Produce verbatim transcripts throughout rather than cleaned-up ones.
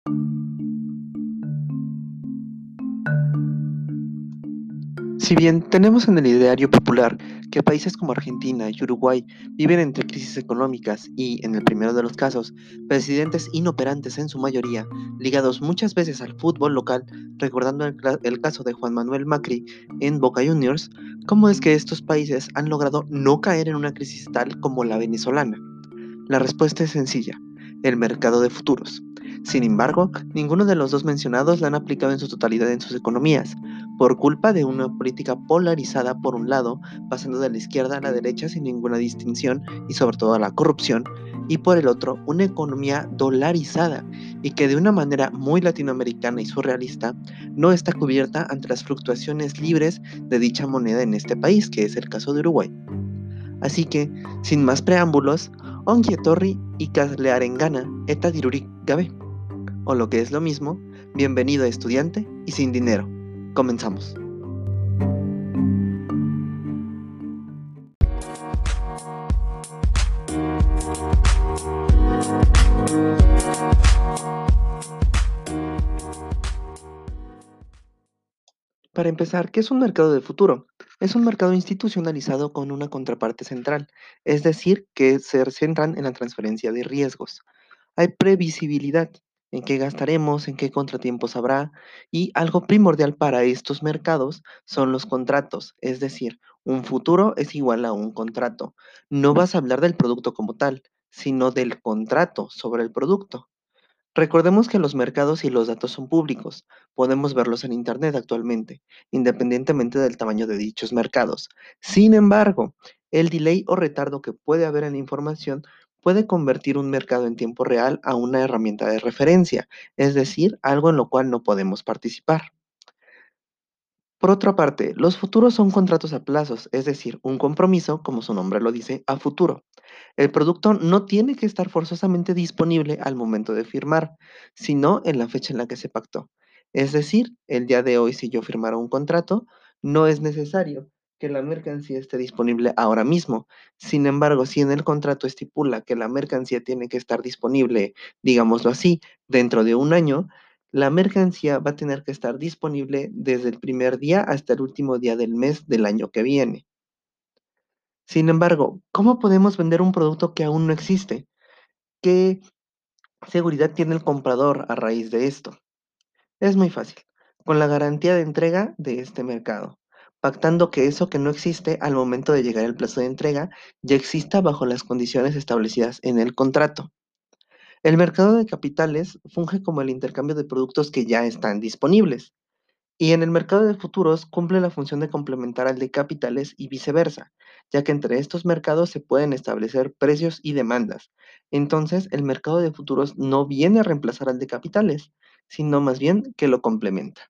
Si bien tenemos en el ideario popular que países como Argentina y Uruguay viven entre crisis económicas y, en el primero de los casos, presidentes inoperantes en su mayoría, ligados muchas veces al fútbol local, recordando el, cla- el caso de Juan Manuel Macri en Boca Juniors, ¿cómo es que estos países han logrado no caer en una crisis tal como la venezolana? La respuesta es sencilla: el mercado de futuros. Sin embargo, ninguno de los dos mencionados la han aplicado en su totalidad en sus economías, por culpa de una política polarizada por un lado, pasando de la izquierda a la derecha sin ninguna distinción y sobre todo a la corrupción, y por el otro, una economía dolarizada y que de una manera muy latinoamericana y surrealista no está cubierta ante las fluctuaciones libres de dicha moneda en este país, que es el caso de Uruguay. Así que, sin más preámbulos, ongi etorri ikaslearengana eta dirurik gabe, o lo que es lo mismo, bienvenido estudiante y sin dinero. Comenzamos. Para empezar, ¿qué es un mercado de futuro? Es un mercado institucionalizado con una contraparte central, es decir, que se centran en la transferencia de riesgos. Hay previsibilidad en qué gastaremos, en qué contratiempos habrá, y algo primordial para estos mercados son los contratos, es decir, un futuro es igual a un contrato. No vas a hablar del producto como tal, sino del contrato sobre el producto. Recordemos que los mercados y los datos son públicos, podemos verlos en Internet actualmente, independientemente del tamaño de dichos mercados. Sin embargo, el delay o retardo que puede haber en la información puede convertir un mercado en tiempo real a una herramienta de referencia, es decir, algo en lo cual no podemos participar. Por otra parte, los futuros son contratos a plazos, es decir, un compromiso, como su nombre lo dice, a futuro. El producto no tiene que estar forzosamente disponible al momento de firmar, sino en la fecha en la que se pactó. Es decir, el día de hoy, si yo firmara un contrato, no es necesario que la mercancía esté disponible ahora mismo. Sin embargo, si en el contrato estipula que la mercancía tiene que estar disponible, digámoslo así, dentro de un año, la mercancía va a tener que estar disponible desde el primer día hasta el último día del mes del año que viene. Sin embargo, ¿cómo podemos vender un producto que aún no existe? ¿Qué seguridad tiene el comprador a raíz de esto? Es muy fácil, con la garantía de entrega de este mercado, pactando que eso que no existe al momento de llegar el plazo de entrega ya exista bajo las condiciones establecidas en el contrato. El mercado de capitales funge como el intercambio de productos que ya están disponibles. Y en el mercado de futuros cumple la función de complementar al de capitales y viceversa, ya que entre estos mercados se pueden establecer precios y demandas. Entonces, el mercado de futuros no viene a reemplazar al de capitales, sino más bien que lo complementa.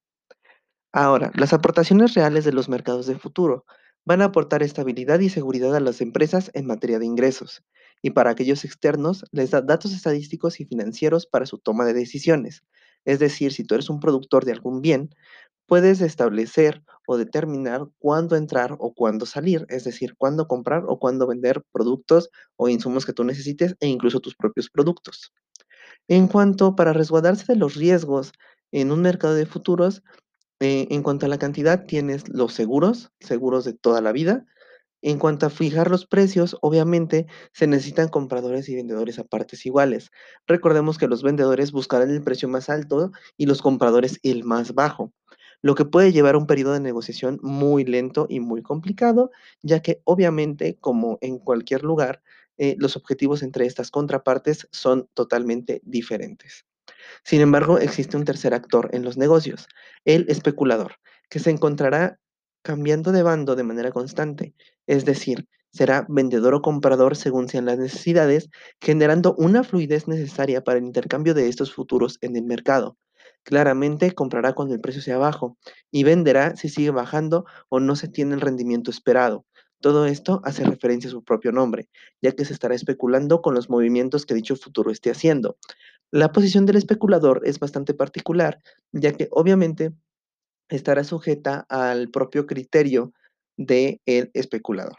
Ahora, las aportaciones reales de los mercados de futuro van a aportar estabilidad y seguridad a las empresas en materia de ingresos, y para aquellos externos les da datos estadísticos y financieros para su toma de decisiones. Es decir, si tú eres un productor de algún bien, puedes establecer o determinar cuándo entrar o cuándo salir, es decir, cuándo comprar o cuándo vender productos o insumos que tú necesites e incluso tus propios productos. En cuanto para resguardarse de los riesgos en un mercado de futuros, eh, en cuanto a la cantidad, tienes los seguros, seguros de toda la vida. En cuanto a fijar los precios, obviamente se necesitan compradores y vendedores a partes iguales. Recordemos que los vendedores buscarán el precio más alto y los compradores el más bajo, lo que puede llevar a un periodo de negociación muy lento y muy complicado, ya que obviamente, como en cualquier lugar, eh, los objetivos entre estas contrapartes son totalmente diferentes. Sin embargo, existe un tercer actor en los negocios, el especulador, que se encontrará cambiando de bando de manera constante, es decir, será vendedor o comprador según sean las necesidades, generando una fluidez necesaria para el intercambio de estos futuros en el mercado. Claramente comprará cuando el precio sea bajo y venderá si sigue bajando o no se tiene el rendimiento esperado. Todo esto hace referencia a su propio nombre, ya que se estará especulando con los movimientos que dicho futuro esté haciendo. La posición del especulador es bastante particular, ya que obviamente estará sujeta al propio criterio del especulador.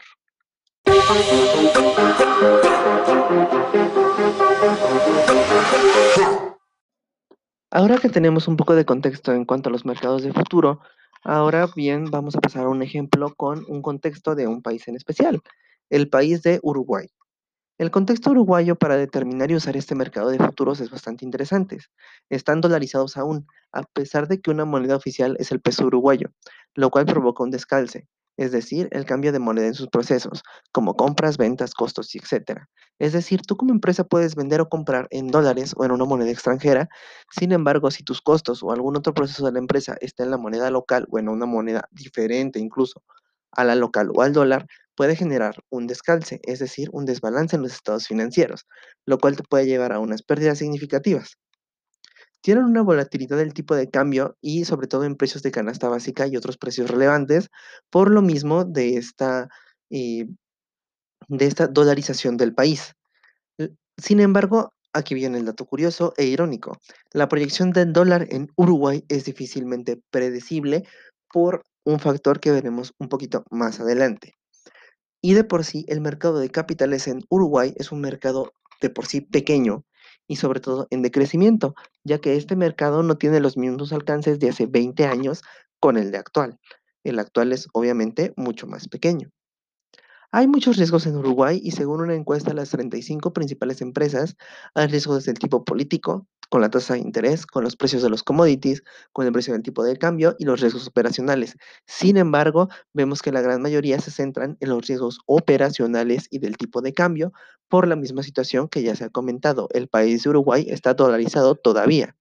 Ahora que tenemos un poco de contexto en cuanto a los mercados de futuro, ahora bien vamos a pasar a un ejemplo con un contexto de un país en especial, el país de Uruguay. El contexto uruguayo para determinar y usar este mercado de futuros es bastante interesante. Están dolarizados aún, a pesar de que una moneda oficial es el peso uruguayo, lo cual provoca un descalce, es decir, el cambio de moneda en sus procesos, como compras, ventas, costos y etcétera. Es decir, tú como empresa puedes vender o comprar en dólares o en una moneda extranjera. Sin embargo, si tus costos o algún otro proceso de la empresa está en la moneda local o en una moneda diferente incluso a la local o al dólar, puede generar un descalce, es decir, un desbalance en los estados financieros, lo cual te puede llevar a unas pérdidas significativas. Tienen una volatilidad del tipo de cambio y sobre todo en precios de canasta básica y otros precios relevantes, por lo mismo de esta, eh, de esta dolarización del país. L- Sin embargo, aquí viene el dato curioso e irónico. La proyección del dólar en Uruguay es difícilmente predecible por un factor que veremos un poquito más adelante. Y de por sí, el mercado de capitales en Uruguay es un mercado de por sí pequeño y sobre todo en decrecimiento, ya que este mercado no tiene los mismos alcances de hace veinte años con el de actual. El actual es obviamente mucho más pequeño. Hay muchos riesgos en Uruguay y según una encuesta de las treinta y cinco principales empresas, hay riesgos del tipo político, con la tasa de interés, con los precios de los commodities, con el precio del tipo de cambio y los riesgos operacionales. Sin embargo, vemos que la gran mayoría se centran en los riesgos operacionales y del tipo de cambio por la misma situación que ya se ha comentado. El país de Uruguay está dolarizado todavía.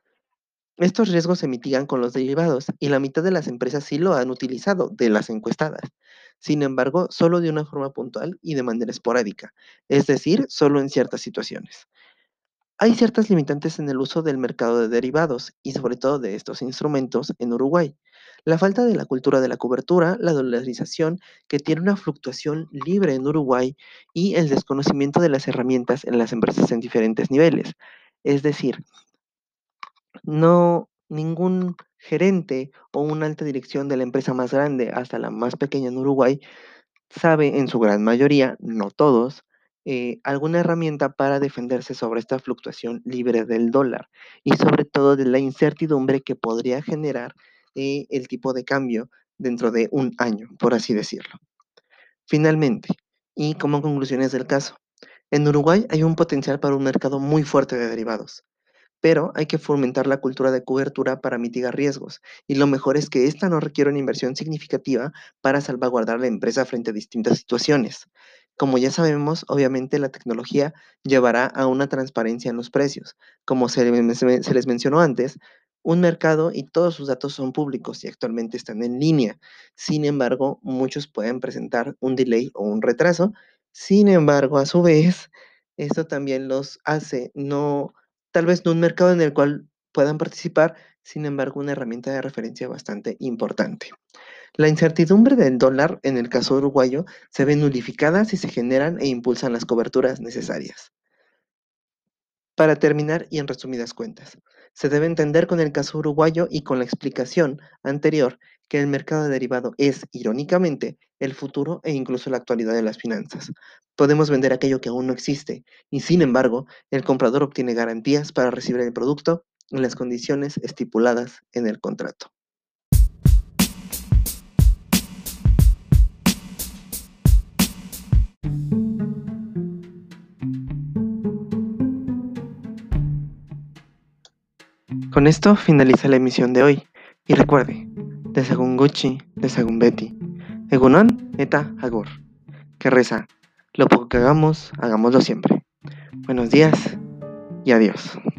Estos riesgos se mitigan con los derivados y la mitad de las empresas sí lo han utilizado, de las encuestadas. Sin embargo, solo de una forma puntual y de manera esporádica, es decir, solo en ciertas situaciones. Hay ciertas limitantes en el uso del mercado de derivados y sobre todo de estos instrumentos en Uruguay. La falta de la cultura de la cobertura, la dolarización, que tiene una fluctuación libre en Uruguay y el desconocimiento de las herramientas en las empresas en diferentes niveles. Es decir, no, ningún gerente o una alta dirección de la empresa más grande hasta la más pequeña en Uruguay sabe en su gran mayoría, no todos, eh, alguna herramienta para defenderse sobre esta fluctuación libre del dólar y sobre todo de la incertidumbre que podría generar eh, el tipo de cambio dentro de un año, por así decirlo. Finalmente, y como conclusiones del caso, en Uruguay hay un potencial para un mercado muy fuerte de derivados, pero hay que fomentar la cultura de cobertura para mitigar riesgos, y lo mejor es que esta no requiere una inversión significativa para salvaguardar la empresa frente a distintas situaciones. Como ya sabemos, obviamente la tecnología llevará a una transparencia en los precios. Como se les, se les mencionó antes, un mercado y todos sus datos son públicos y actualmente están en línea. Sin embargo, muchos pueden presentar un delay o un retraso. Sin embargo, a su vez, esto también los hace no. Tal vez no un mercado en el cual puedan participar, sin embargo, una herramienta de referencia bastante importante. La incertidumbre del dólar, en el caso uruguayo, se ve nulificada si se generan e impulsan las coberturas necesarias. Para terminar y en resumidas cuentas, se debe entender con el caso uruguayo y con la explicación anterior que el mercado derivado es, irónicamente, el futuro e incluso la actualidad de las finanzas. Podemos vender aquello que aún no existe y, sin embargo, el comprador obtiene garantías para recibir el producto en las condiciones estipuladas en el contrato. Con esto finaliza la emisión de hoy. Y recuerde, de según Gucci, de según Betty, Egunon, eta, Agur, que reza, lo poco que hagamos, hagámoslo siempre. Buenos días y adiós.